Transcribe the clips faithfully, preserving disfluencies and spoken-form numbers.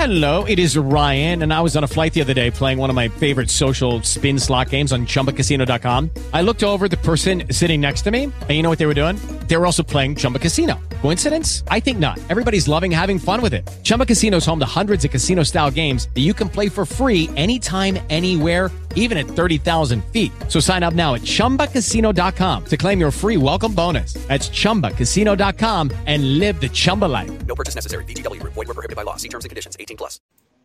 Hello, it is Ryan, and I was on a flight the other day playing one of my favorite social spin slot games on Chumba Casino dot com. I looked over at the person sitting next to me, and you know what they were doing? They were also playing Chumba Casino. Coincidence? I think not. Everybody's loving having fun with it. Chumba Casino is home to hundreds of casino-style games that you can play for free anytime, anywhere, even at thirty thousand feet. So sign up now at Chumba Casino dot com to claim your free welcome bonus. That's Chumba Casino dot com and live the Chumba life. No purchase necessary. V G W. Void where prohibited by law. See terms and conditions. eighteen plus.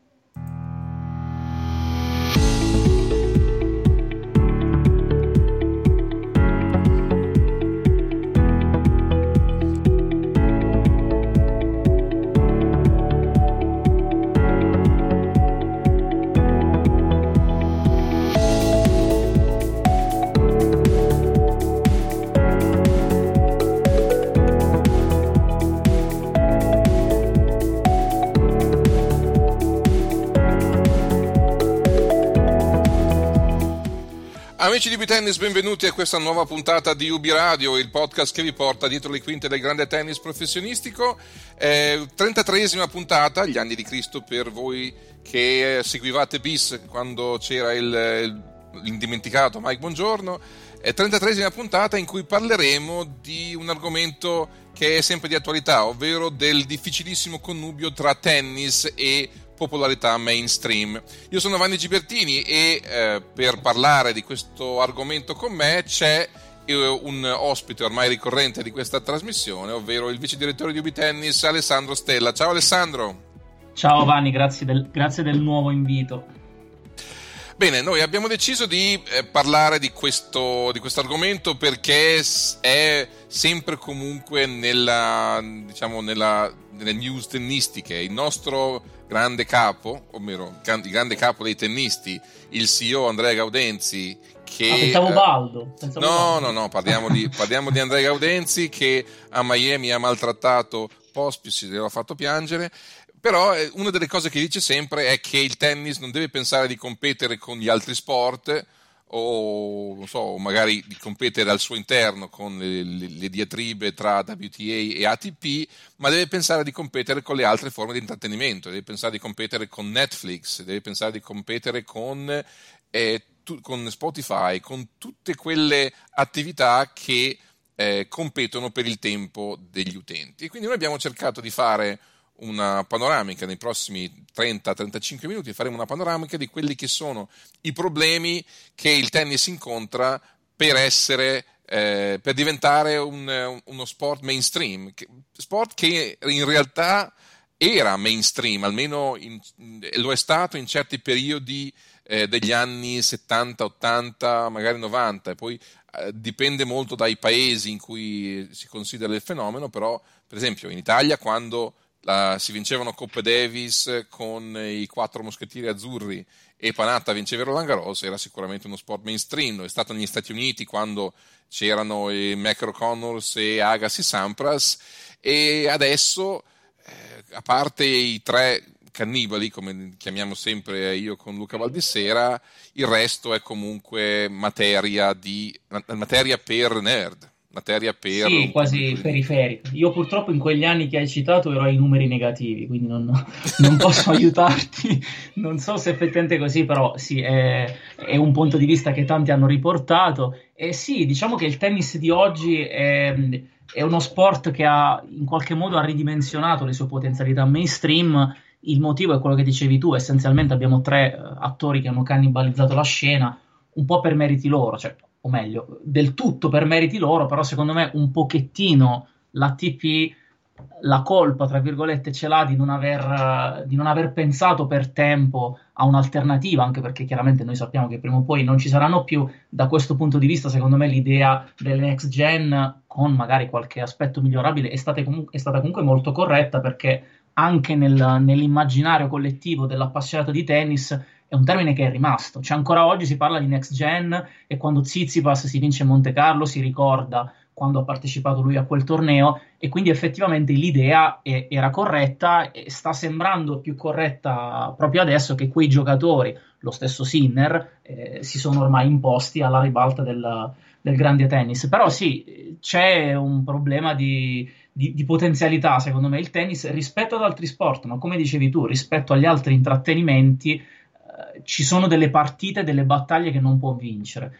Amici di B-Tennis, benvenuti a questa nuova puntata di U B Radio, il podcast che vi porta dietro le quinte del grande tennis professionistico. Eh, trentatreesima puntata, gli anni di Cristo per voi che eh, seguivate Bis quando c'era il, il, l'indimenticato Mike Buongiorno. Eh, trentatreesima puntata in cui parleremo di un argomento che è sempre di attualità, ovvero del difficilissimo connubio tra tennis e popolarità mainstream. Io sono Vanni Gibertini e eh, per parlare di questo argomento con me c'è eh, un ospite ormai ricorrente di questa trasmissione, ovvero il vice direttore di U B Tennis Alessandro Stella. Ciao Alessandro. Ciao Vanni, grazie del, grazie del nuovo invito. Bene, noi abbiamo deciso di eh, parlare di questo, di questo argomento perché è sempre comunque nella, diciamo, nella, nelle news tennistiche. Il nostro grande capo, ovvero il grande capo dei tennisti, il C E O Andrea Gaudenzi, che... Ah, pensavo Baldo. Pensavo no, Baldo. no, no, parliamo di, parliamo di Andrea Gaudenzi che a Miami ha maltrattato Pospisil, glielo ha fatto piangere. Però una delle cose che dice sempre è che il tennis non deve pensare di competere con gli altri sport o non so, magari di competere al suo interno con le, le, le diatribe tra W T A e A T P, ma deve pensare di competere con le altre forme di intrattenimento, deve pensare di competere con Netflix, deve pensare di competere con, eh, tu, con Spotify, con tutte quelle attività che eh, competono per il tempo degli utenti. E quindi noi abbiamo cercato di fare una panoramica nei prossimi trenta trentacinque minuti, faremo una panoramica di quelli che sono i problemi che il tennis incontra per essere eh, per diventare un, uno sport mainstream, sport che in realtà era mainstream, almeno in, lo è stato in certi periodi eh, degli anni settanta ottanta, magari novanta, e poi eh, dipende molto dai paesi in cui si considera il fenomeno. Però per esempio in Italia, quando La, si vincevano Coppe Davis con i quattro moschettieri azzurri e Panatta vinceva Roland Garros, era sicuramente uno sport mainstream. È stato negli Stati Uniti quando c'erano i McEnroe Connors e Agassi Sampras, e adesso eh, a parte i tre cannibali, come chiamiamo sempre io con Luca Valdissera, il resto è comunque materia di materia per nerd. Materia per... Sì, quasi periferica. Io purtroppo in quegli anni che hai citato ero ai numeri negativi, quindi non, non posso aiutarti. Non so se effettivamente è così, però sì, è, è un punto di vista che tanti hanno riportato. E sì, diciamo che il tennis di oggi è, è uno sport che ha in qualche modo ha ridimensionato le sue potenzialità mainstream. Il motivo è quello che dicevi tu: essenzialmente abbiamo tre uh, attori che hanno cannibalizzato la scena, un po' per meriti loro, cioè o meglio, del tutto per meriti loro, però secondo me un pochettino l'A T P la colpa, tra virgolette, ce l'ha di non aver, di non aver pensato per tempo a un'alternativa, anche perché chiaramente noi sappiamo che prima o poi non ci saranno più. Da questo punto di vista, secondo me, l'idea del next gen, con magari qualche aspetto migliorabile, è stata, comu- è stata comunque molto corretta, perché anche nel, nell'immaginario collettivo dell'appassionato di tennis è un termine che è rimasto. Cioè ancora oggi si parla di next gen, e quando Tsitsipas si vince Monte Carlo si ricorda quando ha partecipato lui a quel torneo, e quindi effettivamente l'idea è, era corretta, e sta sembrando più corretta proprio adesso che quei giocatori, lo stesso Sinner, eh, si sono ormai imposti alla ribalta del, del grande tennis. Però sì, c'è un problema di, di, di potenzialità, secondo me, il tennis rispetto ad altri sport, ma come dicevi tu, rispetto agli altri intrattenimenti, eh, ci sono delle partite, delle battaglie che non può vincere.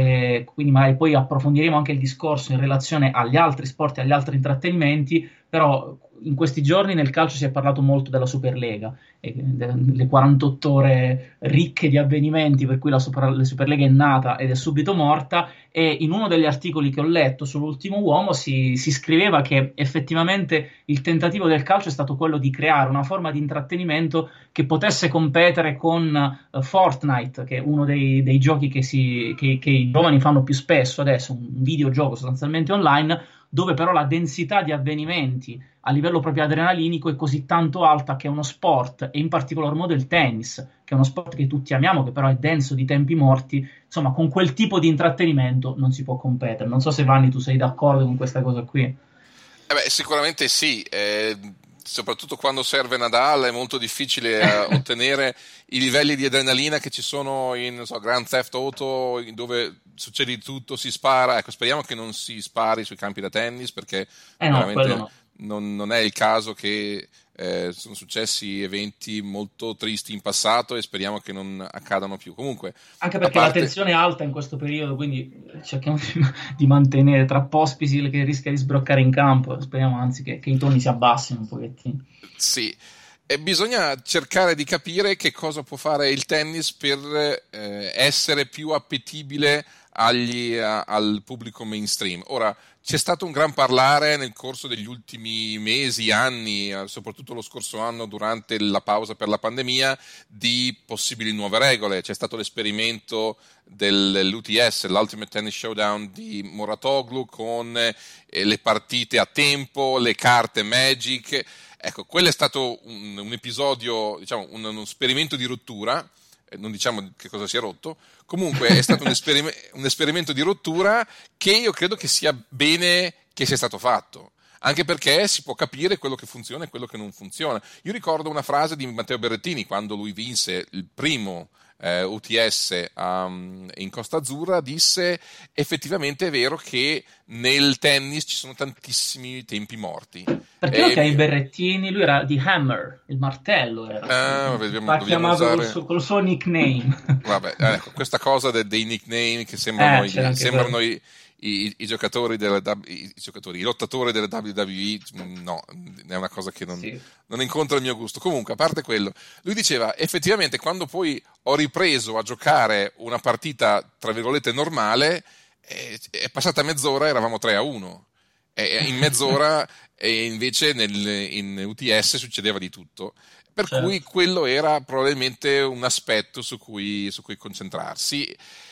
E quindi magari poi approfondiremo anche il discorso in relazione agli altri sport e agli altri intrattenimenti, però in questi giorni nel calcio si è parlato molto della Superlega, e le quarantotto ore ricche di avvenimenti per cui la, Super, la Superlega è nata ed è subito morta, e in uno degli articoli che ho letto sull'ultimo uomo si, si scriveva che effettivamente il tentativo del calcio è stato quello di creare una forma di intrattenimento che potesse competere con uh, Fortnite, che è uno dei, dei giochi che, si, che, che i giovani fanno più spesso adesso, un videogioco sostanzialmente online, dove però la densità di avvenimenti a livello proprio adrenalinico è così tanto alta che uno sport, e in particolar modo il tennis, che è uno sport che tutti amiamo, che però è denso di tempi morti, insomma con quel tipo di intrattenimento non si può competere. Non so se Vanni tu sei d'accordo con questa cosa qui. Eh beh, sicuramente sì, eh, soprattutto quando serve Nadal è molto difficile eh, ottenere i livelli di adrenalina che ci sono in non so, Grand Theft Auto, dove succede di tutto, si spara. Ecco, speriamo che non si spari sui campi da tennis, perché eh no, veramente no. non, non è il caso, che eh, sono successi eventi molto tristi in passato e speriamo che non accadano più. Comunque, anche perché parte... la tensione è alta in questo periodo, quindi cerchiamo di mantenere tra Pospisil che rischia di sbroccare in campo, speriamo anzi che, che i toni si abbassino un pochettino. Sì. E bisogna cercare di capire che cosa può fare il tennis per eh, essere più appetibile agli, a, al pubblico mainstream. Ora, c'è stato un gran parlare nel corso degli ultimi mesi, anni, soprattutto lo scorso anno durante la pausa per la pandemia, di possibili nuove regole. C'è stato l'esperimento dell'U T S, l'Ultimate Tennis Showdown di Mouratoglou, con eh, le partite a tempo, le carte Magic. Ecco, quello è stato un, un episodio, diciamo, un, uno sperimento di rottura, eh, non diciamo che cosa si è rotto, comunque è stato un, esperime, un esperimento di rottura che io credo che sia bene che sia stato fatto, anche perché si può capire quello che funziona e quello che non funziona. Io ricordo una frase di Matteo Berrettini quando lui vinse il primo eh, U T S um, in Costa Azzurra, disse: effettivamente è vero che nel tennis ci sono tantissimi tempi morti. Perché e... non che i Berrettini, lui era di Hammer, il martello era. Ah, vabbè, dobbiamo, ha dobbiamo chiamato usare... col, suo, col suo nickname. Vabbè, ecco, questa cosa de, dei nickname che sembrano, eh, i, sembrano i, i, i giocatori delle i, i giocatori, i lottatori delle W W E, no, è una cosa che non, sì. non incontra il mio gusto. Comunque, a parte quello, lui diceva effettivamente quando poi ho ripreso a giocare una partita tra virgolette normale, è, è passata mezz'ora, eravamo tre a uno. E in mezz'ora e invece nel, in U T S succedeva di tutto, per certo. cui quello era probabilmente un aspetto su cui, su cui concentrarsi.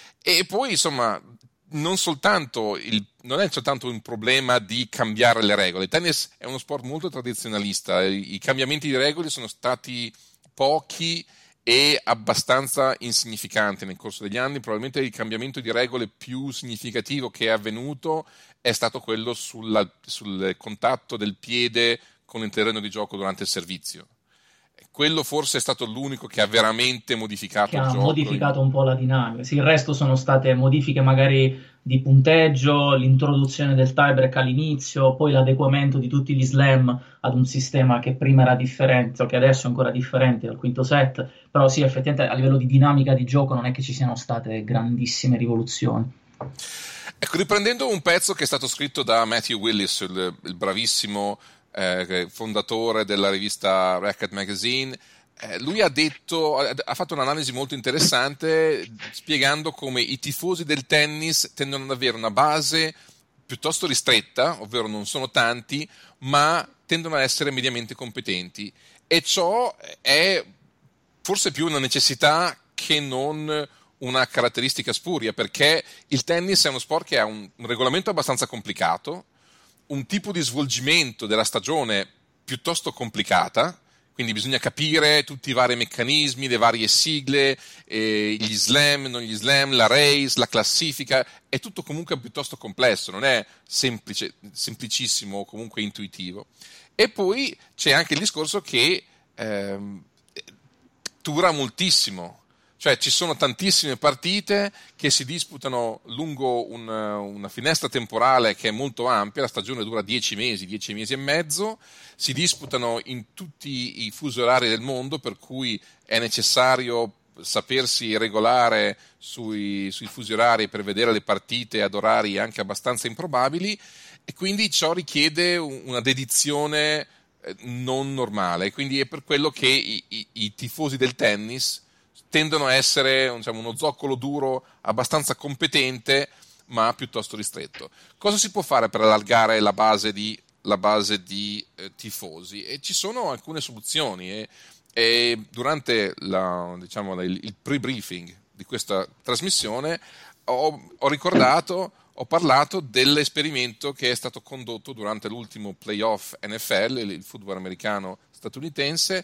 E poi insomma non soltanto il, non è soltanto un problema di cambiare le regole. Il tennis è uno sport molto tradizionalista, i, i cambiamenti di regole sono stati pochi e abbastanza insignificanti nel corso degli anni. Probabilmente il cambiamento di regole più significativo che è avvenuto è stato quello sulla, sul contatto del piede con il terreno di gioco durante il servizio. Quello forse è stato l'unico che ha veramente modificato che il ha gioco. modificato un po' la dinamica. Sì, il resto sono state modifiche magari di punteggio, l'introduzione del tiebreak all'inizio, poi l'adeguamento di tutti gli slam ad un sistema che prima era differente, o che adesso è ancora differente al quinto set, però sì, effettivamente a livello di dinamica di gioco non è che ci siano state grandissime rivoluzioni. Ecco, riprendendo un pezzo che è stato scritto da Matthew Willis, il, il bravissimo eh, fondatore della rivista Racquet Magazine, eh, lui ha detto, ha fatto un'analisi molto interessante spiegando come i tifosi del tennis tendono ad avere una base piuttosto ristretta, ovvero non sono tanti, ma tendono ad essere mediamente competenti, e ciò è forse più una necessità che non una caratteristica spuria, perché il tennis è uno sport che ha un, un regolamento abbastanza complicato, un tipo di svolgimento della stagione piuttosto complicata, quindi bisogna capire tutti i vari meccanismi, le varie sigle, eh, gli slam, non gli slam, la race, la classifica, è tutto comunque piuttosto complesso, non è semplice, semplicissimo o comunque intuitivo. E poi c'è anche il discorso che ehm, dura moltissimo, Cioè ci sono tantissime partite che si disputano lungo un, una finestra temporale che è molto ampia, la stagione dura dieci mesi, dieci mesi e mezzo, si disputano in tutti i fusi orari del mondo, per cui è necessario sapersi regolare sui, sui fusi orari per vedere le partite ad orari anche abbastanza improbabili, e quindi ciò richiede una dedizione non normale, quindi è per quello che i, i, i tifosi del tennis tendono a essere, diciamo, uno zoccolo duro abbastanza competente ma piuttosto ristretto. Cosa si può fare per allargare la base di, la base di eh, tifosi? E ci sono alcune soluzioni e, e durante la, diciamo, il, il pre-briefing di questa trasmissione ho, ho ricordato, ho parlato dell'esperimento che è stato condotto durante l'ultimo playoff N F L, il football americano statunitense,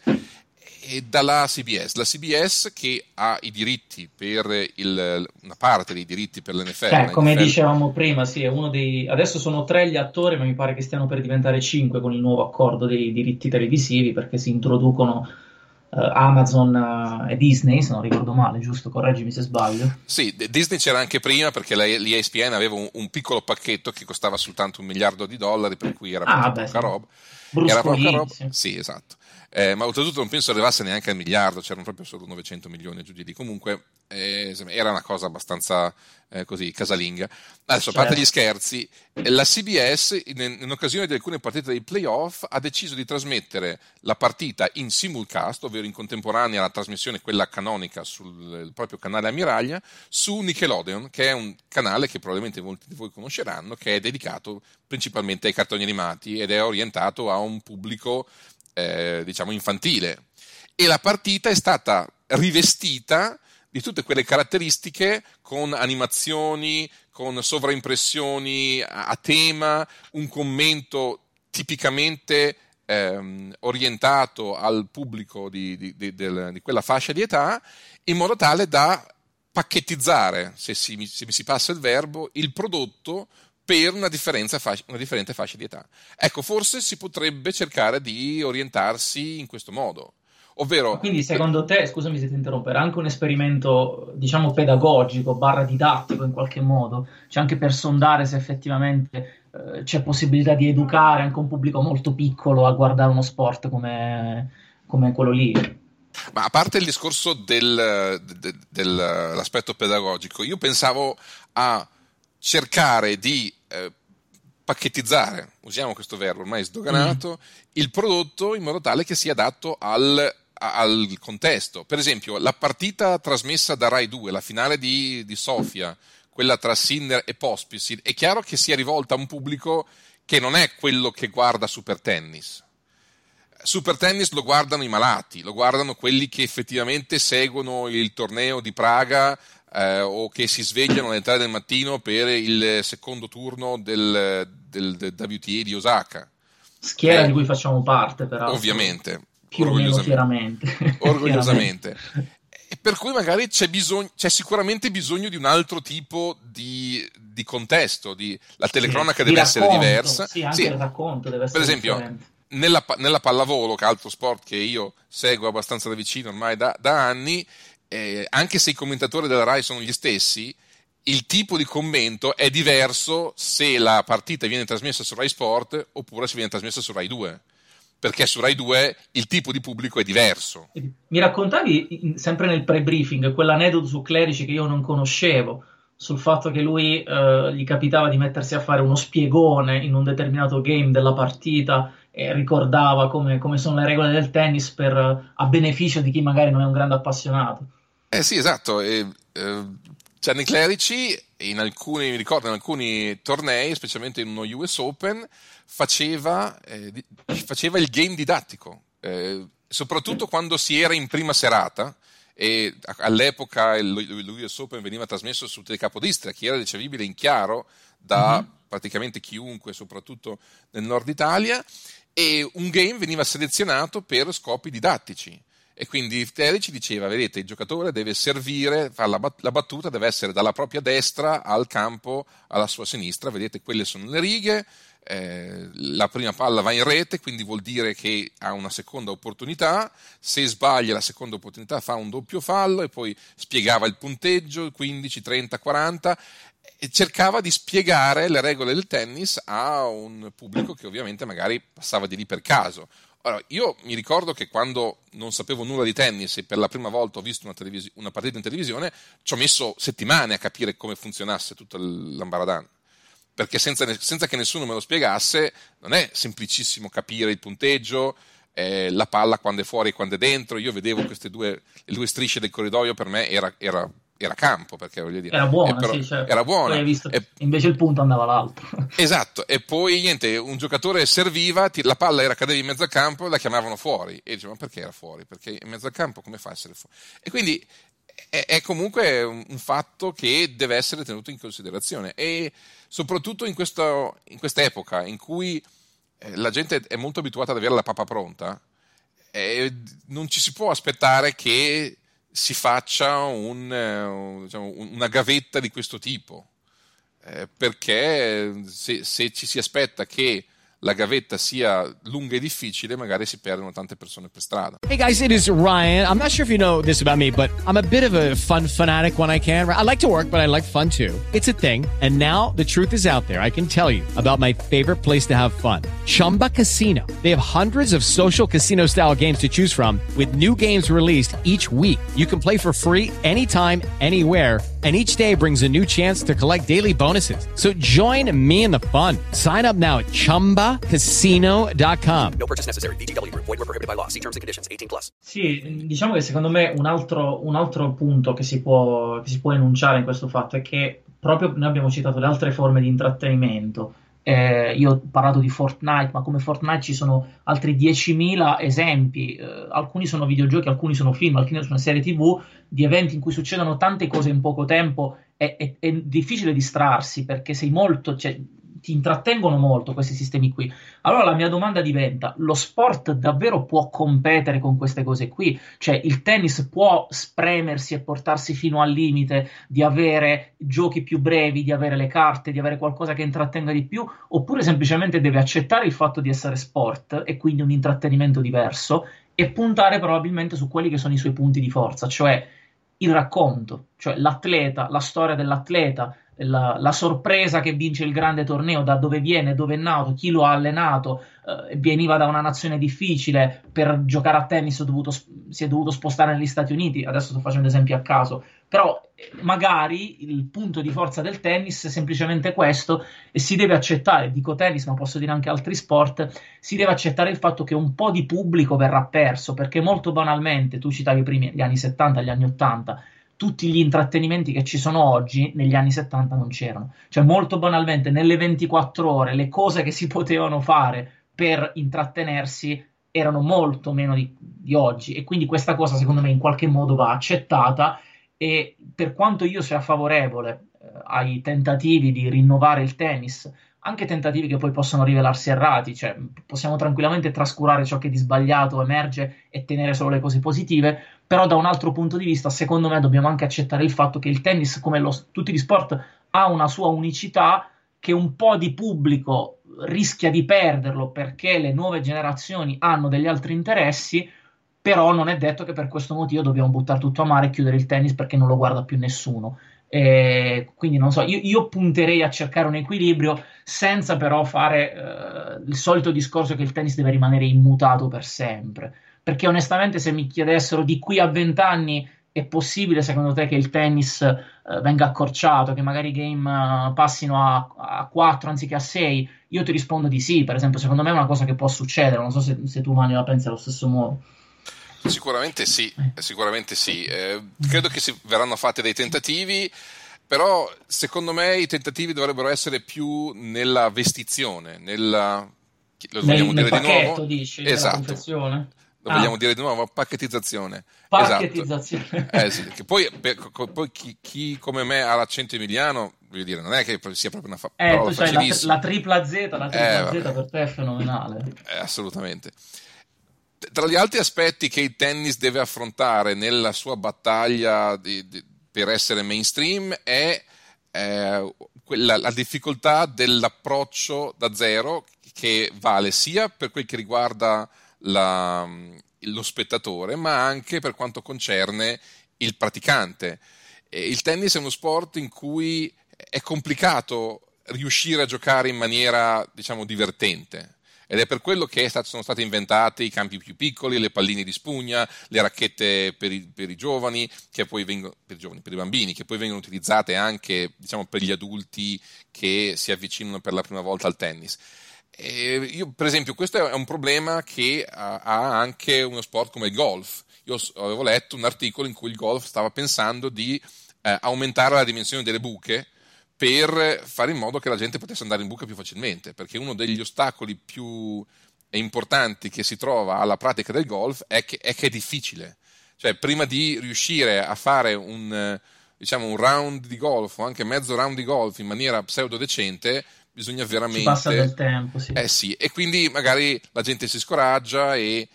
e dalla C B S, la C B S che ha i diritti per il, una parte dei diritti per l'N F L. Eh, come N F L. dicevamo prima, sì, è uno dei. Adesso sono tre gli attori, ma mi pare che stiano per diventare cinque con il nuovo accordo dei diritti televisivi, perché si introducono uh, Amazon uh, e Disney, se non ricordo male, giusto? Correggimi se sbaglio. Sì, Disney c'era anche prima, perché l'E S P N aveva un, un piccolo pacchetto che costava soltanto un miliardo di dollari, per cui era ah, poca beh, sì. roba. Bruce Era poca Colini, roba. sì. Sì, esatto. Eh, ma oltretutto non penso arrivasse neanche al miliardo, c'erano proprio solo novecento milioni giù di lì. Comunque eh, era una cosa abbastanza eh, così casalinga. Adesso, certo. A parte gli scherzi, la C B S in, in occasione di alcune partite dei playoff ha deciso di trasmettere la partita in simulcast, ovvero in contemporanea alla trasmissione, quella canonica sul proprio canale Ammiraglia, su Nickelodeon, che è un canale che probabilmente molti di voi conosceranno, che è dedicato principalmente ai cartoni animati ed è orientato a un pubblico Eh, diciamo infantile, e la partita è stata rivestita di tutte quelle caratteristiche, con animazioni, con sovraimpressioni a, a tema, un commento tipicamente ehm, orientato al pubblico di, di, di, del, di quella fascia di età, in modo tale da pacchettizzare, se, si, se mi si passa il verbo, il prodotto per una, differenza, una differente fascia di età. Ecco, forse si potrebbe cercare di orientarsi in questo modo. Ovvero, quindi secondo te, scusami se ti interrompo, era anche un esperimento, diciamo, pedagogico, barra didattico in qualche modo, cioè anche per sondare se effettivamente eh, c'è possibilità di educare anche un pubblico molto piccolo a guardare uno sport come, come quello lì? Ma a parte il discorso del, del, dell'aspetto pedagogico, io pensavo a cercare di eh, pacchettizzare, usiamo questo verbo ormai sdoganato, mm. il prodotto in modo tale che sia adatto al, al contesto. Per esempio, la partita trasmessa da Rai due, la finale di, di Sofia, quella tra Sinner e Pospisil, è chiaro che sia rivolta a un pubblico che non è quello che guarda Super Tennis. Super Tennis lo guardano i malati, lo guardano quelli che effettivamente seguono il torneo di Praga, Eh, o che si svegliano alle tre del mattino per il secondo turno del, del, del W T A di Osaka. Schiera eh, di cui facciamo parte, però. Ovviamente. Più o meno fieramente. Orgogliosamente. E per cui magari c'è, bisogno, c'è sicuramente bisogno di un altro tipo di, di contesto, di, la telecronaca sì, deve di essere racconto, diversa. Sì, anche sì. il racconto deve essere per esempio, differente. Nella, nella pallavolo, che è altro sport che io seguo abbastanza da vicino ormai da, da anni, Eh, anche se i commentatori della Rai sono gli stessi, il tipo di commento è diverso se la partita viene trasmessa su Rai Sport oppure se viene trasmessa su Rai due, perché su Rai due il tipo di pubblico è diverso. Mi raccontavi sempre nel pre-briefing quell'aneddoto su Clerici che io non conoscevo, sul fatto che lui eh, gli capitava di mettersi a fare uno spiegone in un determinato game della partita e ricordava come, come sono le regole del tennis per, a beneficio di chi magari non è un grande appassionato. Eh sì, esatto. E, eh, Gianni Clerici in alcuni, mi ricordo, in alcuni tornei, specialmente in uno U S Open, faceva, eh, faceva il game didattico, eh, soprattutto quando si era in prima serata. E all'epoca l'U S Open veniva trasmesso su Telecapodistria, che era ricevibile in chiaro da mm-hmm. praticamente chiunque, soprattutto nel nord Italia, e un game veniva selezionato per scopi didattici. E quindi Terry ci diceva, vedete, il giocatore deve servire, fare la, bat- la battuta deve essere dalla propria destra al campo alla sua sinistra, vedete, quelle sono le righe, eh, la prima palla va in rete, quindi vuol dire che ha una seconda opportunità, se sbaglia la seconda opportunità fa un doppio fallo, e poi spiegava il punteggio, quindici, trenta, quaranta, e cercava di spiegare le regole del tennis a un pubblico che ovviamente magari passava di lì per caso. Allora, io mi ricordo che quando non sapevo nulla di tennis e per la prima volta ho visto una, televis- una partita in televisione, ci ho messo settimane a capire come funzionasse tutto l'ambaradan, perché senza, ne- senza che nessuno me lo spiegasse non è semplicissimo capire il punteggio, eh, la palla quando è fuori e quando è dentro. Io vedevo queste due, le due strisce del corridoio, per me era... era era campo, perché voglio dire, era buona, però, sì, certo. era buona. Poi hai visto e, invece il punto andava l'altro. Esatto, e poi niente, un giocatore serviva, ti, la palla era cadeva in mezzo al campo, la chiamavano fuori, e dicevo, ma perché era fuori? Perché in mezzo al campo come fa a essere fuori? E quindi è, è comunque un, un fatto che deve essere tenuto in considerazione, e soprattutto in, questo, in questa epoca in cui eh, la gente è molto abituata ad avere la pappa pronta, eh, non ci si può aspettare che si faccia un, eh, diciamo, una gavetta di questo tipo, eh, perché se, se ci si aspetta che la gavetta sia lunga e difficile, magari si perdono tante persone per strada. Hey guys, it is Ryan. I'm not sure if you know this about me, but I'm a bit of a fun fanatic when I can. I like to work, but I like fun too. It's a thing. And now the truth is out there. I can tell you about my favorite place to have fun. Chumba Casino. They have hundreds of social casino style games to choose from, with new games released each week. You can play for free anytime, anywhere, and each day brings a new chance to collect daily bonuses. So join me in the fun. Sign up now at chumba casino dot com. No purchase necessary. V G W Group. Void where prohibited by law. See terms and conditions. eighteen plus. Sì, diciamo che secondo me un altro, un altro punto che si può, che si può enunciare in questo fatto è che proprio noi abbiamo citato le altre forme di intrattenimento. Eh, io ho parlato di Fortnite, ma come Fortnite ci sono altri diecimila esempi, eh, alcuni sono videogiochi, alcuni sono film, alcuni sono serie tv, di eventi in cui succedono tante cose in poco tempo. È, è, è difficile distrarsi perché sei molto, cioè, ti intrattengono molto questi sistemi qui. Allora la mia domanda diventa: lo sport davvero può competere con queste cose qui? Cioè il tennis può spremersi e portarsi fino al limite di avere giochi più brevi, di avere le carte, di avere qualcosa che intrattenga di più, oppure semplicemente deve accettare il fatto di essere sport e quindi un intrattenimento diverso e puntare probabilmente su quelli che sono i suoi punti di forza, cioè il racconto, cioè l'atleta, la storia dell'atleta, La, la sorpresa che vince il grande torneo, da dove viene, dove è nato, chi lo ha allenato, eh, veniva da una nazione difficile, per giocare a tennis dovuto, si è dovuto spostare negli Stati Uniti, adesso sto facendo esempi a caso, però eh, magari il punto di forza del tennis è semplicemente questo, e si deve accettare, dico tennis ma posso dire anche altri sport, si deve accettare il fatto che un po' di pubblico verrà perso, perché molto banalmente, tu citavi prima gli anni settanta, gli anni ottanta, tutti gli intrattenimenti che ci sono oggi negli anni settanta non c'erano, cioè molto banalmente nelle ventiquattro ore le cose che si potevano fare per intrattenersi erano molto meno di, di oggi, e quindi questa cosa secondo me in qualche modo va accettata, e per quanto io sia favorevole eh, ai tentativi di rinnovare il tennis, anche tentativi che poi possono rivelarsi errati, cioè possiamo tranquillamente trascurare ciò che di sbagliato emerge e tenere solo le cose positive, però da un altro punto di vista secondo me dobbiamo anche accettare il fatto che il tennis, come lo, tutti gli sport, ha una sua unicità, che un po' di pubblico rischia di perderlo perché le nuove generazioni hanno degli altri interessi, però non è detto che per questo motivo dobbiamo buttare tutto a mare e chiudere il tennis perché non lo guarda più nessuno. Eh, quindi non so, io, io punterei a cercare un equilibrio senza però fare eh, il solito discorso che il tennis deve rimanere immutato per sempre, perché onestamente se mi chiedessero di qui a vent'anni è possibile secondo te che il tennis eh, venga accorciato, che magari i game uh, passino a, a quattro anziché a sei, io ti rispondo di sì. Per esempio, secondo me è una cosa che può succedere, non so se, se tu Manu la pensi allo stesso modo. Sicuramente sì, sicuramente sì. Eh, credo che si verranno fatti dei tentativi, però secondo me i tentativi dovrebbero essere più nella vestizione, nella... Lo vogliamo nel, dire nel di pacchetto, nuovo? dici, Esatto. nella confezione? Lo ah. vogliamo dire di nuovo? Pacchettizzazione. Pacchettizzazione. Esatto. Eh, sì, che poi, per, poi chi, chi come me ha l'accento emiliano, voglio dire, non è che sia proprio una fa- eh, parola tu c'hai facilissima. la, la tripla Z, la tripla eh, Z per te è fenomenale. Eh, assolutamente. Tra gli altri aspetti che il tennis deve affrontare nella sua battaglia di, di, per essere mainstream è eh, quella, la difficoltà dell'approccio da zero, che vale sia per quel che riguarda la, lo spettatore, ma anche per quanto concerne il praticante. E il tennis è uno sport in cui è complicato riuscire a giocare in maniera, diciamo, divertente. Ed è per quello che sono stati inventati i campi più piccoli, le palline di spugna, le racchette per i, per i giovani, che poi vengono, per i giovani, per i bambini, che poi vengono utilizzate anche, diciamo, per gli adulti che si avvicinano per la prima volta al tennis. E io, per esempio, questo è un problema che ha, ha anche uno sport come il golf. Io avevo letto un articolo in cui il golf stava pensando di eh, aumentare la dimensione delle buche per fare in modo che la gente potesse andare in buca più facilmente, perché uno degli ostacoli più importanti che si trova alla pratica del golf è che è, che è difficile. Cioè, prima di riuscire a fare un, diciamo, un round di golf o anche mezzo round di golf in maniera pseudo decente, bisogna veramente... Ci passa del tempo, sì. Eh sì, e quindi magari la gente si scoraggia e,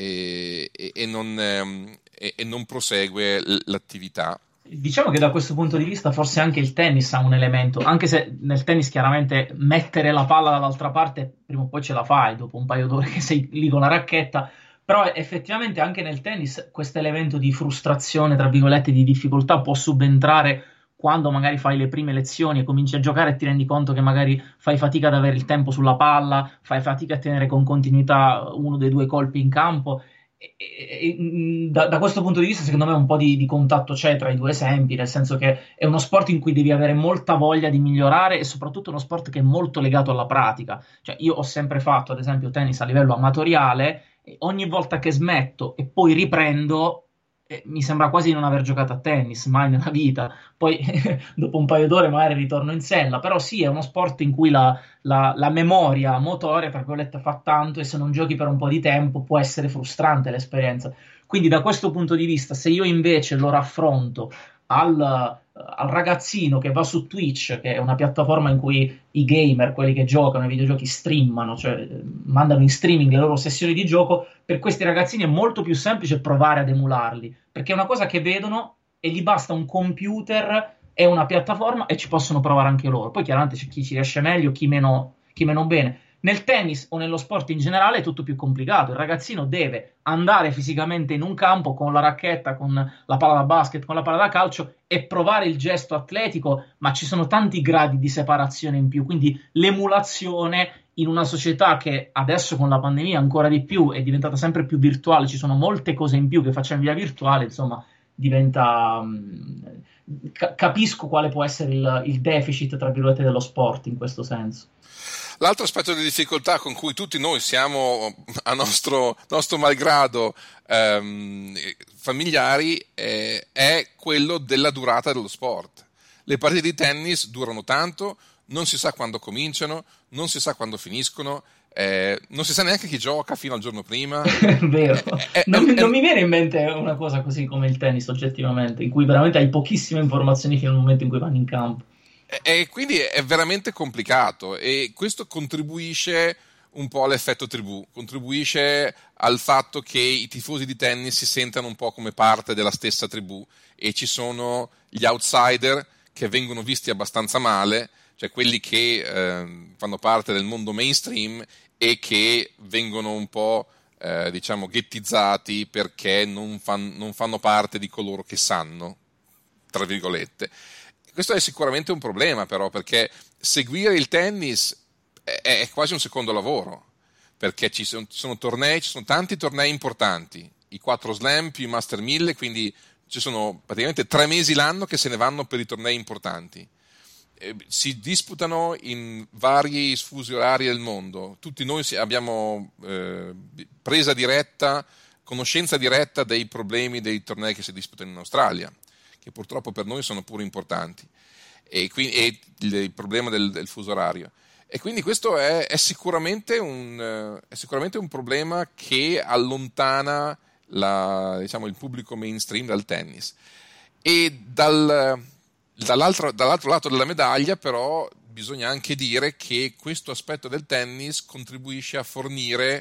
e, e, non, e, e non prosegue l'attività. Diciamo che da questo punto di vista forse anche il tennis ha un elemento, anche se nel tennis chiaramente mettere la palla dall'altra parte prima o poi ce la fai dopo un paio d'ore che sei lì con la racchetta, però effettivamente anche nel tennis questo elemento di frustrazione, tra virgolette, di difficoltà può subentrare quando magari fai le prime lezioni e cominci a giocare e ti rendi conto che magari fai fatica ad avere il tempo sulla palla, fai fatica a tenere con continuità uno dei due colpi in campo. E, e, da, da questo punto di vista secondo me un po' di, di contatto c'è tra i due esempi, nel senso che è uno sport in cui devi avere molta voglia di migliorare e soprattutto uno sport che è molto legato alla pratica. Cioè, io ho sempre fatto ad esempio tennis a livello amatoriale e ogni volta che smetto e poi riprendo eh, mi sembra quasi non aver giocato a tennis mai nella vita. Poi dopo un paio d'ore magari ritorno in sella, però sì, è uno sport in cui la, la, la memoria motoria, per virgolette, fa tanto, e se non giochi per un po' di tempo può essere frustrante l'esperienza. Quindi da questo punto di vista, se io invece lo raffronto al, al ragazzino che va su Twitch, che è una piattaforma in cui i gamer, quelli che giocano ai videogiochi, streamano, cioè mandano in streaming le loro sessioni di gioco, per questi ragazzini è molto più semplice provare ad emularli, perché è una cosa che vedono e gli basta un computer e una piattaforma e ci possono provare anche loro. Poi chiaramente c'è chi ci riesce meglio, chi meno, chi meno bene. Nel tennis o nello sport in generale è tutto più complicato. Il ragazzino deve andare fisicamente in un campo con la racchetta, con la palla da basket, con la palla da calcio e provare il gesto atletico, ma ci sono tanti gradi di separazione in più, quindi l'emulazione in una società che adesso con la pandemia ancora di più è diventata sempre più virtuale, ci sono molte cose in più che facciamo via virtuale, insomma diventa... Ca- capisco quale può essere il, il deficit, tra virgolette, dello sport in questo senso. L'altro aspetto di difficoltà con cui tutti noi siamo a nostro, nostro malgrado ehm, familiari eh, è quello della durata dello sport. Le partite di tennis durano tanto, non si sa quando cominciano, non si sa quando finiscono, eh, non si sa neanche chi gioca fino al giorno prima. Vero. Eh, eh, non, eh, non mi viene in mente una cosa così come il tennis oggettivamente, in cui veramente hai pochissime informazioni fino al momento in cui vanno in campo. E quindi è veramente complicato e questo contribuisce un po' all'effetto tribù, contribuisce al fatto che i tifosi di tennis si sentano un po' come parte della stessa tribù e ci sono gli outsider che vengono visti abbastanza male, cioè quelli che eh, fanno parte del mondo mainstream e che vengono un po' eh, diciamo ghettizzati perché non, fan, non fanno parte di coloro che sanno, tra virgolette. Questo è sicuramente un problema però, perché seguire il tennis è, è quasi un secondo lavoro, perché ci sono, ci sono tornei, ci sono tanti tornei importanti, i quattro slam più i master mille, quindi ci sono praticamente tre mesi l'anno che se ne vanno per i tornei importanti. Eh, si disputano in vari sfusi orari del mondo, tutti noi abbiamo eh, presa diretta, conoscenza diretta dei problemi dei tornei che si disputano in Australia, che purtroppo per noi sono pure importanti, e, quindi, e il, il problema del, del fuso orario. E quindi questo è, è, sicuramente un, è sicuramente un problema che allontana la, diciamo, il pubblico mainstream dal tennis. E dal, dall'altro, dall'altro lato della medaglia, però, bisogna anche dire che questo aspetto del tennis contribuisce a fornire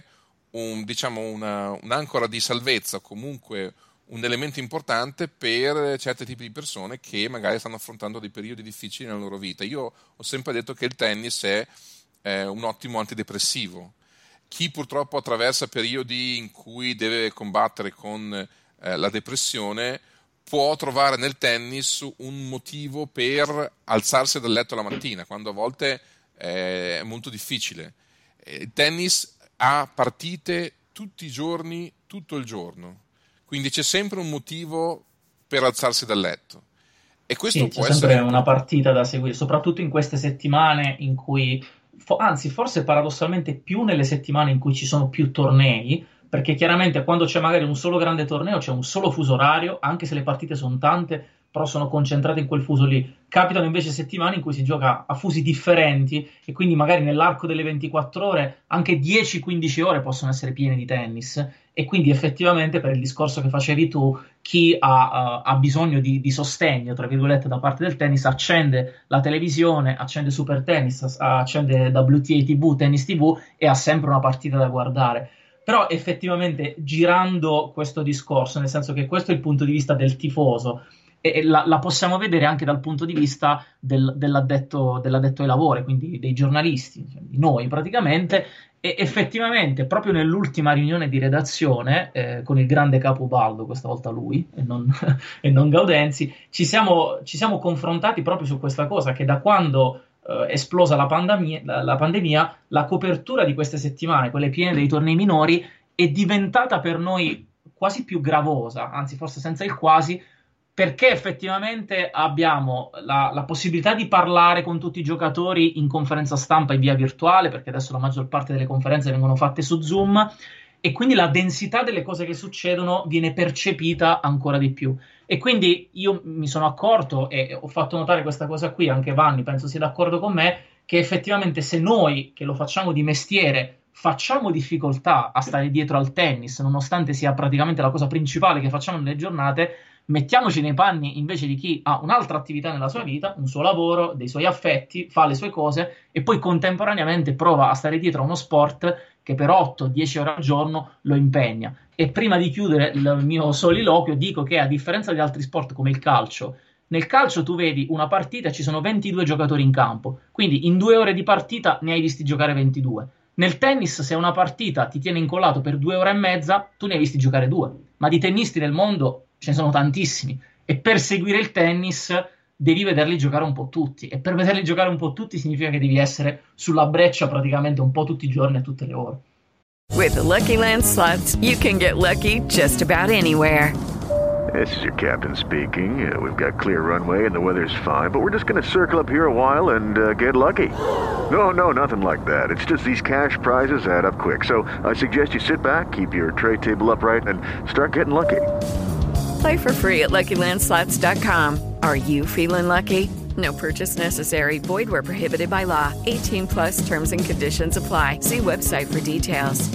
un, diciamo una, un'ancora di salvezza, comunque un elemento importante per certi tipi di persone che magari stanno affrontando dei periodi difficili nella loro vita. Io ho sempre detto che il tennis è eh, un ottimo antidepressivo. Chi purtroppo attraversa periodi in cui deve combattere con eh, la depressione può trovare nel tennis un motivo per alzarsi dal letto la mattina, quando a volte eh, è molto difficile. Il tennis ha partite tutti i giorni, tutto il giorno. Quindi c'è sempre un motivo per alzarsi dal letto. E questo Sì, può c'è sempre essere una partita da seguire, soprattutto in queste settimane in cui, fo- anzi, forse paradossalmente più nelle settimane in cui ci sono più tornei, perché chiaramente quando c'è magari un solo grande torneo c'è un solo fuso orario, anche se le partite sono tante, però sono concentrate in quel fuso lì. Capitano invece settimane in cui si gioca a fusi differenti e quindi magari nell'arco delle ventiquattro ore anche dieci quindici ore possono essere piene di tennis. E quindi effettivamente, per il discorso che facevi tu, chi ha, uh, ha bisogno di, di sostegno, tra virgolette, da parte del tennis, accende la televisione, accende Super Tennis, accende W T A T V, Tennis T V e ha sempre una partita da guardare. Però effettivamente, girando questo discorso, nel senso che questo è il punto di vista del tifoso, e la, la possiamo vedere anche dal punto di vista del, dell'addetto, dell'addetto ai lavori, quindi dei giornalisti, cioè di noi praticamente. E effettivamente, proprio nell'ultima riunione di redazione, eh, con il grande capo Ubaldo, questa volta lui e non, e non Gaudenzi, ci siamo, ci siamo confrontati proprio su questa cosa, che da quando eh, esplosa la pandemia, la, la pandemia, la copertura di queste settimane, quelle piene dei tornei minori, è diventata per noi quasi più gravosa, anzi forse senza il quasi, perché effettivamente abbiamo la, la possibilità di parlare con tutti i giocatori in conferenza stampa in via virtuale, perché adesso la maggior parte delle conferenze vengono fatte su Zoom, e quindi la densità delle cose che succedono viene percepita ancora di più. E quindi io mi sono accorto, e ho fatto notare questa cosa qui, anche Vanni penso sia d'accordo con me, che effettivamente se noi, che lo facciamo di mestiere, facciamo difficoltà a stare dietro al tennis, nonostante sia praticamente la cosa principale che facciamo nelle giornate, mettiamoci nei panni invece di chi ha un'altra attività nella sua vita, un suo lavoro, dei suoi affetti, fa le sue cose e poi contemporaneamente prova a stare dietro a uno sport che per otto dieci ore al giorno lo impegna. E prima di chiudere il mio soliloquio dico che, a differenza di altri sport come il calcio, nel calcio tu vedi una partita e ci sono ventidue giocatori in campo, quindi in due ore di partita ne hai visti giocare ventidue. Nel tennis, se una partita ti tiene incollato per due ore e mezza, tu ne hai visti giocare due, ma di tennisti nel mondo ce ne sono tantissimi, e per seguire il tennis devi vederli giocare un po' tutti, e per vederli giocare un po' tutti significa che devi essere sulla breccia praticamente un po' tutti i giorni e tutte le ore. With the Lucky Land Slots, you can get lucky just about anywhere. This is your captain speaking. Uh, we've got clear runway and the weather's fine, but we're just going to circle up here a while and uh, get lucky. No, no, nothing like that. It's just these cash prizes add up quick. So I suggest you sit back, keep your tray table upright, and start getting lucky. Play for free at Lucky Land Slots dot com. Are you feeling lucky? No purchase necessary. Void where prohibited by law. eighteen plus terms and conditions apply. See website for details.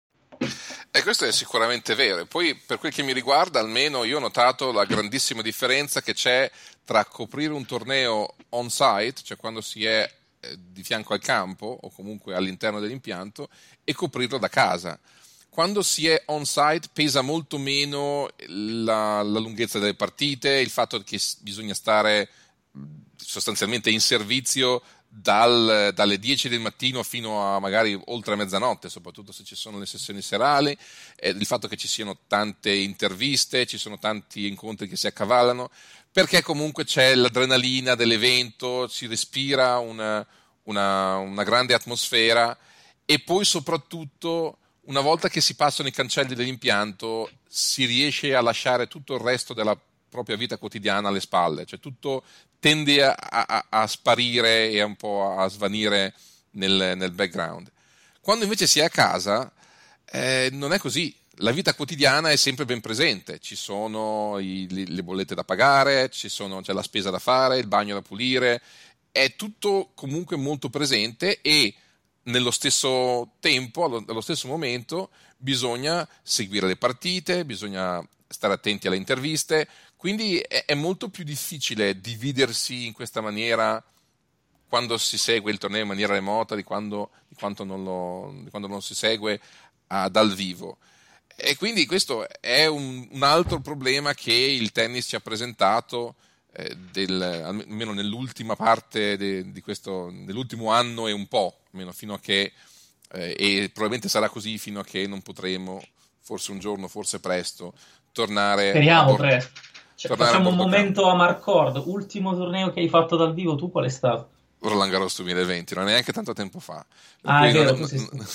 E questo è sicuramente vero. E poi, per quel che mi riguarda, almeno io ho notato la grandissima differenza che c'è tra coprire un torneo on-site, cioè quando si è eh, di fianco al campo o comunque all'interno dell'impianto, e coprirlo da casa. Quando si è on-site pesa molto meno la, la lunghezza delle partite, il fatto che bisogna stare sostanzialmente in servizio dal, dalle dieci del mattino fino a magari oltre mezzanotte, soprattutto se ci sono le sessioni serali, eh, il fatto che ci siano tante interviste, ci sono tanti incontri che si accavallano, perché comunque c'è l'adrenalina dell'evento, si respira una, una, una grande atmosfera, e poi soprattutto una volta che si passano i cancelli dell'impianto si riesce a lasciare tutto il resto della propria vita quotidiana alle spalle, cioè tutto tende a, a, a sparire e un po' a svanire nel, nel background. Quando invece si è a casa eh, non è così, la vita quotidiana è sempre ben presente, ci sono i, le bollette da pagare, ci sono, c'è la spesa da fare, il bagno da pulire, è tutto comunque molto presente, e nello stesso tempo, allo, allo stesso momento, bisogna seguire le partite, bisogna stare attenti alle interviste, quindi è, è molto più difficile dividersi in questa maniera quando si segue il torneo in maniera remota di quando, di quanto non lo, di quando non si segue a, dal vivo. E quindi questo è un, un altro problema che il tennis ci ha presentato, eh, del, almeno nell'ultima parte de, di questo, nell'ultimo anno e un po', almeno fino a che, eh, e probabilmente sarà così fino a che non potremo, forse un giorno, forse presto, tornare Speriamo a bordo, presto. Cioè, tornare facciamo a un bordo momento campo. a Marcord. Ultimo torneo che hai fatto dal vivo, tu qual è stato? Roland Garros duemilaventi, non è neanche tanto tempo fa. Per Ah, cui è vero, non, tu sei non,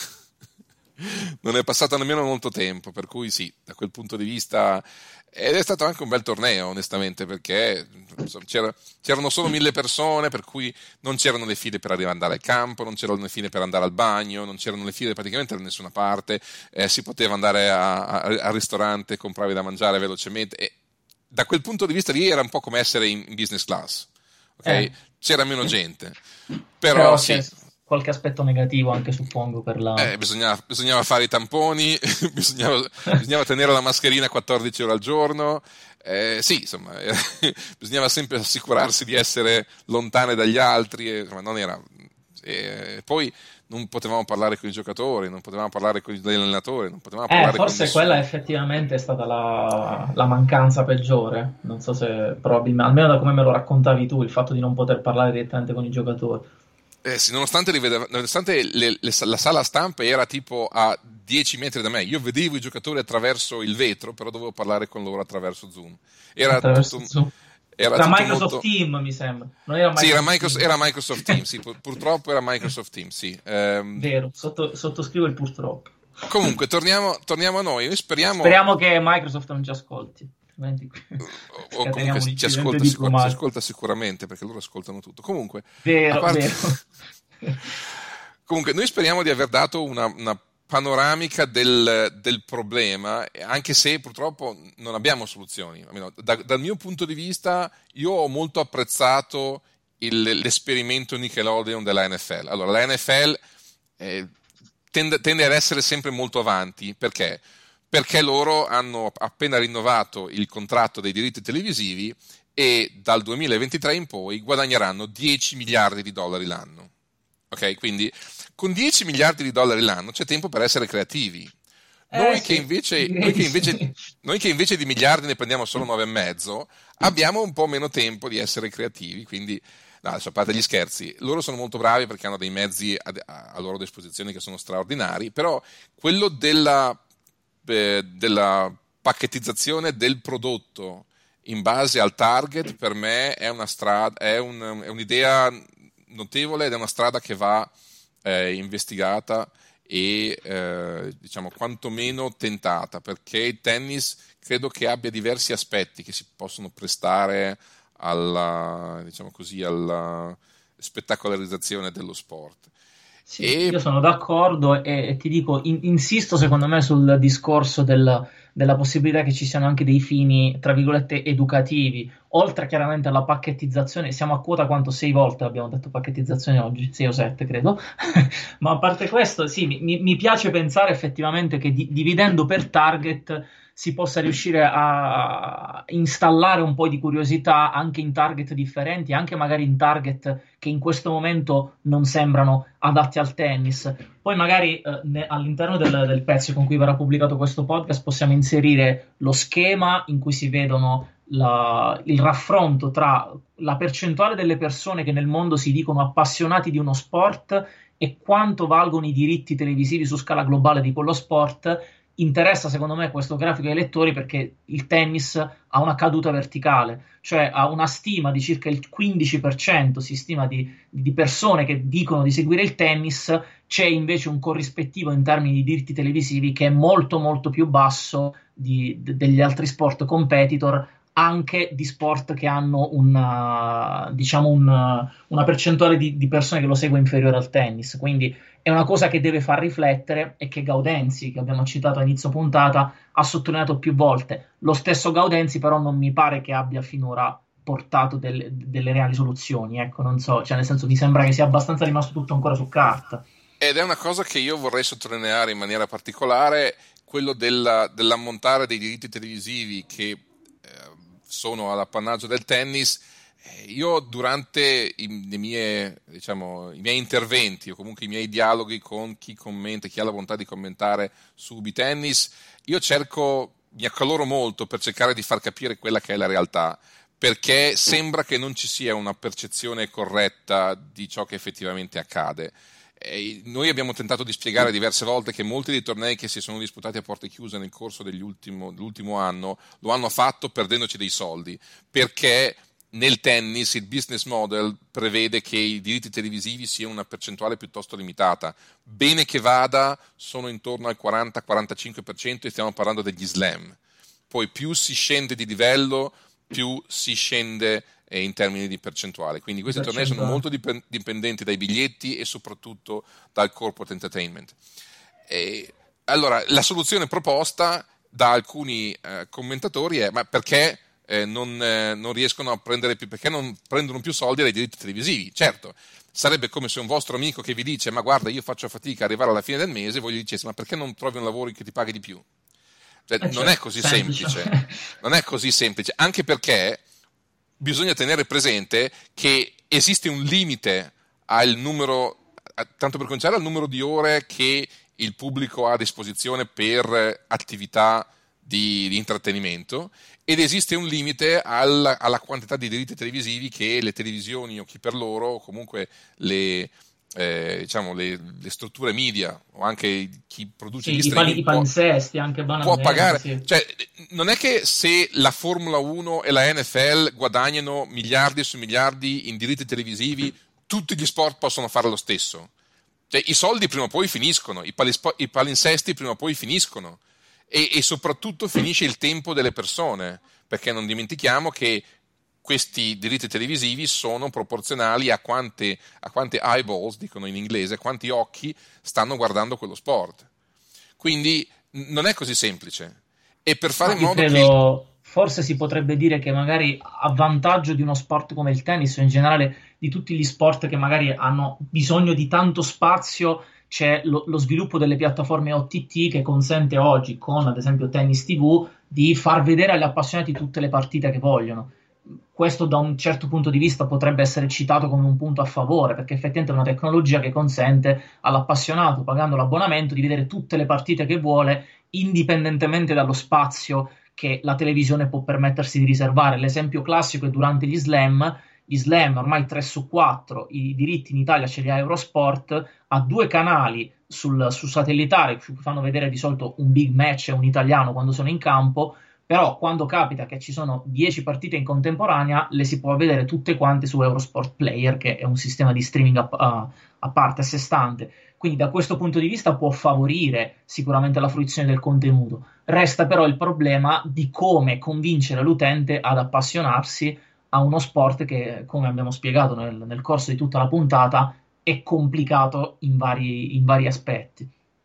non è passato nemmeno molto tempo, per cui sì, da quel punto di vista. Ed è stato anche un bel torneo, onestamente, perché insomma, c'era, c'erano solo mille persone, per cui non c'erano le file per arrivare ad andare al campo, non c'erano le file per andare al bagno, non c'erano le file praticamente da nessuna parte, eh, si poteva andare a, a, al ristorante, compravi da mangiare velocemente. E da quel punto di vista lì era un po' come essere in, in business class, ok? Eh. C'era meno gente, Però, però c'è sì. qualche aspetto negativo anche, suppongo, per la... Eh, bisognava, bisognava fare i tamponi, bisognava, bisognava tenere la mascherina quattordici ore al giorno, eh, sì, insomma, eh, bisognava sempre assicurarsi di essere lontane dagli altri, eh, insomma, non era... Eh, poi non potevamo parlare con i giocatori, non potevamo parlare con gli allenatori, non potevamo Eh, parlare con forse nessuno. quella effettivamente è stata la, la mancanza peggiore. Non so se probabilmente, almeno da come me lo raccontavi tu, il fatto di non poter parlare direttamente con i giocatori. Eh sì, nonostante, li vedeva, nonostante le, le, la sala stampa era tipo a dieci metri da me, io vedevo i giocatori attraverso il vetro, però dovevo parlare con loro attraverso Zoom. Era Attraverso tutto, Zoom. era Era tutto Microsoft molto... Team, mi sembra. Non era Microsoft Sì, era Microsoft, Team. era Microsoft Teams, sì, pur- purtroppo era Microsoft Teams, sì. Ehm, Vero, sotto- sottoscrivo il purtroppo. comunque, torniamo, torniamo a noi, noi speriamo... Speriamo che Microsoft non ci ascolti. Altrimenti o scateniamo comunque un ci incidente ascolta, sicur- ci diplomatico. ascolta sicuramente, perché loro ascoltano tutto. Comunque, Vero, a parte- vero. Comunque, noi speriamo di aver dato una, una panoramica del, del problema, anche se purtroppo non abbiamo soluzioni. Almeno, da, dal mio punto di vista, io ho molto apprezzato il, l'esperimento Nickelodeon della N F L. Allora, la N F L eh, tende, tende ad essere sempre molto avanti, perché? Perché loro hanno appena rinnovato il contratto dei diritti televisivi e dal duemilaventitré in poi guadagneranno dieci miliardi di dollari l'anno. Ok, quindi con dieci miliardi di dollari l'anno c'è tempo per essere creativi. Noi, Eh, che, sì, invece, direi noi, che di invece, sì. noi che invece di miliardi ne prendiamo solo nove e mezzo, abbiamo un po' meno tempo di essere creativi, quindi no, adesso a parte gli scherzi, loro sono molto bravi perché hanno dei mezzi a, a loro disposizione che sono straordinari, però quello della, eh, della pacchettizzazione del prodotto in base al target per me è una strada, è, un, è un'idea notevole ed è una strada che va eh, investigata e eh, diciamo quantomeno tentata, perché il tennis credo che abbia diversi aspetti che si possono prestare alla, diciamo così, alla spettacolarizzazione dello sport. Sì, E io sono d'accordo e, e ti dico, in- insisto secondo me sul discorso del- della possibilità che ci siano anche dei fini, tra virgolette, educativi, oltre chiaramente alla pacchettizzazione. Siamo a quota quanto? Sei volte abbiamo detto pacchettizzazione oggi, sei o sette credo, ma a parte questo, sì, mi, mi piace pensare effettivamente che di- dividendo per target si possa riuscire a installare un po' di curiosità anche in target differenti, anche magari in target che in questo momento non sembrano adatti al tennis. Poi magari eh, ne- all'interno del, del pezzo con cui verrà pubblicato questo podcast possiamo inserire lo schema in cui si vedono la- il raffronto tra la percentuale delle persone che nel mondo si dicono appassionati di uno sport e quanto valgono i diritti televisivi su scala globale di quello sport. Interessa secondo me questo grafico ai lettori perché il tennis ha una caduta verticale, cioè ha una stima di circa il quindici per cento, si stima di, di persone che dicono di seguire il tennis, c'è invece un corrispettivo in termini di diritti televisivi che è molto molto più basso di, de, degli altri sport competitor, anche di sport che hanno una, diciamo una, una percentuale di, di persone che lo segue inferiore al tennis. Quindi è una cosa che deve far riflettere e che Gaudenzi, che abbiamo citato a inizio puntata, ha sottolineato più volte. Lo stesso Gaudenzi però non mi pare che abbia finora portato del, delle reali soluzioni, ecco, non so, cioè nel senso mi sembra che sia abbastanza rimasto tutto ancora su carta. Ed è una cosa che io vorrei sottolineare in maniera particolare, quello della, dell'ammontare dei diritti televisivi che eh, sono all'appannaggio del tennis, Io durante i, le mie, diciamo, i miei interventi o comunque i miei dialoghi con chi commenta, chi ha la volontà di commentare su Ubi Tennis, io cerco, mi accaloro molto per cercare di far capire quella che è la realtà, perché sembra che non ci sia una percezione corretta di ciò che effettivamente accade. E noi abbiamo tentato di spiegare diverse volte che molti dei tornei che si sono disputati a porte chiuse nel corso dell'ultimo, dell'ultimo anno lo hanno fatto perdendoci dei soldi, perché nel tennis il business model prevede che i diritti televisivi siano una percentuale piuttosto limitata. Bene che vada, sono intorno al quaranta quarantacinque per cento e stiamo parlando degli slam. Poi più si scende di livello, più si scende eh, in termini di percentuale. Quindi questi tornei sono molto dip- dipendenti dai biglietti e soprattutto dal corporate entertainment. E, allora, la soluzione proposta da alcuni eh, commentatori è: ma perché Eh, non, eh, non riescono a prendere più, perché non prendono più soldi dai diritti televisivi? Certo, sarebbe come se un vostro amico che vi dice: ma guarda, io faccio fatica ad arrivare alla fine del mese, voi gli diceste: ma perché non trovi un lavoro che ti paghi di più? Cioè, eh, non certo, è così semplice. semplice non è così semplice, anche perché bisogna tenere presente che esiste un limite al numero, tanto per cominciare, al numero di ore che il pubblico ha a disposizione per attività di, di intrattenimento, ed esiste un limite alla, alla quantità di diritti televisivi che le televisioni o chi per loro, o comunque le, eh, diciamo le, le strutture media o anche chi produce sì, gli i streaming pali, i palinsesti anche può pagare. Sì. Cioè, non è che se la Formula uno e la N F L guadagnano miliardi su miliardi in diritti televisivi, tutti gli sport possono fare lo stesso. Cioè, i soldi prima o poi finiscono, i, palispo- i palinsesti prima o poi finiscono. E, e soprattutto finisce il tempo delle persone, perché non dimentichiamo che questi diritti televisivi sono proporzionali a quante, a quante eyeballs, dicono in inglese, quanti occhi stanno guardando quello sport. Quindi non è così semplice. E per fare in modo credo, che... forse si potrebbe dire che magari a vantaggio di uno sport come il tennis, o in generale di tutti gli sport che magari hanno bisogno di tanto spazio, c'è lo, lo sviluppo delle piattaforme O T T che consente oggi, con ad esempio Tennis T V, di far vedere agli appassionati tutte le partite che vogliono. Questo da un certo punto di vista potrebbe essere citato come un punto a favore, perché effettivamente è una tecnologia che consente all'appassionato, pagando l'abbonamento, di vedere tutte le partite che vuole, indipendentemente dallo spazio che la televisione può permettersi di riservare. L'esempio classico è durante gli slam. Gli slam ormai tre su quattro, i diritti in Italia ce li ha Eurosport, ha due canali sul, sul satellitare che fanno vedere di solito un big match e un italiano quando sono in campo, però quando capita che ci sono dieci partite in contemporanea le si può vedere tutte quante su Eurosport Player, che è un sistema di streaming a, a, a parte, a sé stante. Quindi da questo punto di vista può favorire sicuramente la fruizione del contenuto. Resta però il problema di come convincere l'utente ad appassionarsi a uno sport che, come abbiamo spiegato nel, nel corso di tutta la puntata, è complicato in vari, in vari aspetti.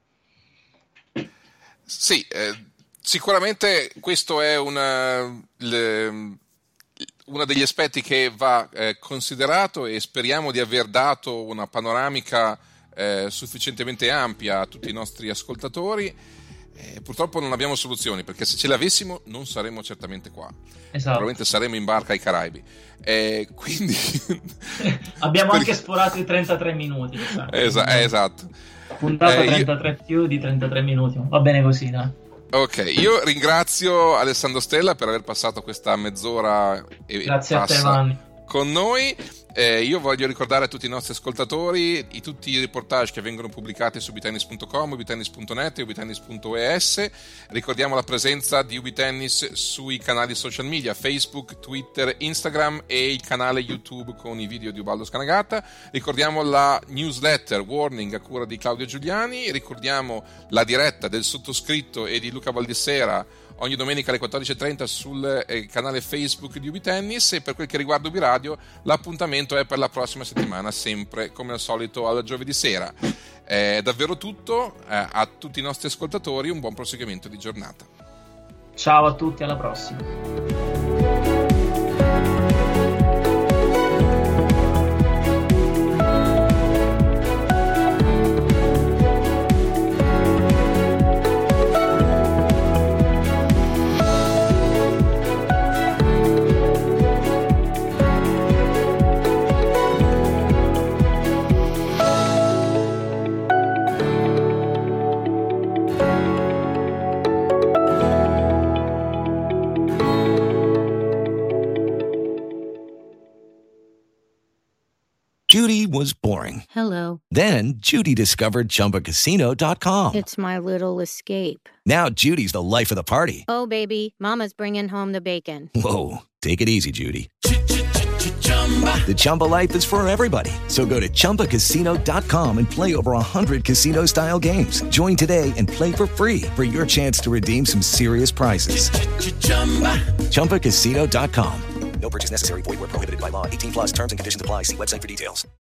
Sì, eh, sicuramente questo è una, le, uno degli aspetti che va eh, considerato, e speriamo di aver dato una panoramica eh, sufficientemente ampia a tutti i nostri ascoltatori. Eh, purtroppo non abbiamo soluzioni, perché se ce le avessimo non saremmo certamente qua. Esatto. Probabilmente saremmo in barca ai Caraibi. Eh, quindi abbiamo anche sforato i trentatré minuti. Esa- esatto. Puntata eh, trentatré io... più di trentatré minuti. Va bene così, dai. Ok, io ringrazio Alessandro Stella per aver passato questa mezz'ora e Grazie passa a te, Vanni, con noi. Eh, io voglio ricordare a tutti i nostri ascoltatori i, tutti i reportage che vengono pubblicati su ubitennis punto com, ubitennis punto net e ubitennis punto e s. Ricordiamo la presenza di Ubitennis sui canali social media Facebook, Twitter, Instagram e il canale YouTube con i video di Ubaldo Scanagata. Ricordiamo la newsletter Warning a cura di Claudio Giuliani. Ricordiamo la diretta del sottoscritto e di Luca Baldissera ogni domenica alle quattordici e trenta sul eh, canale Facebook di Ubitennis. E per quel che riguarda Ubi Radio, l'appuntamento è per la prossima settimana, sempre come al solito al giovedì sera. È davvero tutto. Eh, a tutti i nostri ascoltatori un buon proseguimento di giornata. Ciao a tutti, alla prossima. Judy was boring. Hello. Then Judy discovered Chumba Casino dot com. It's my little escape. Now Judy's the life of the party. Oh, baby, mama's bringing home the bacon. Whoa, take it easy, Judy. The Chumba life is for everybody. So go to Chumba Casino dot com and play over one hundred casino-style games. Join today and play for free for your chance to redeem some serious prizes. Chumba Casino dot com. No purchase necessary. Void where prohibited by law. eighteen plus terms and conditions apply. See website for details.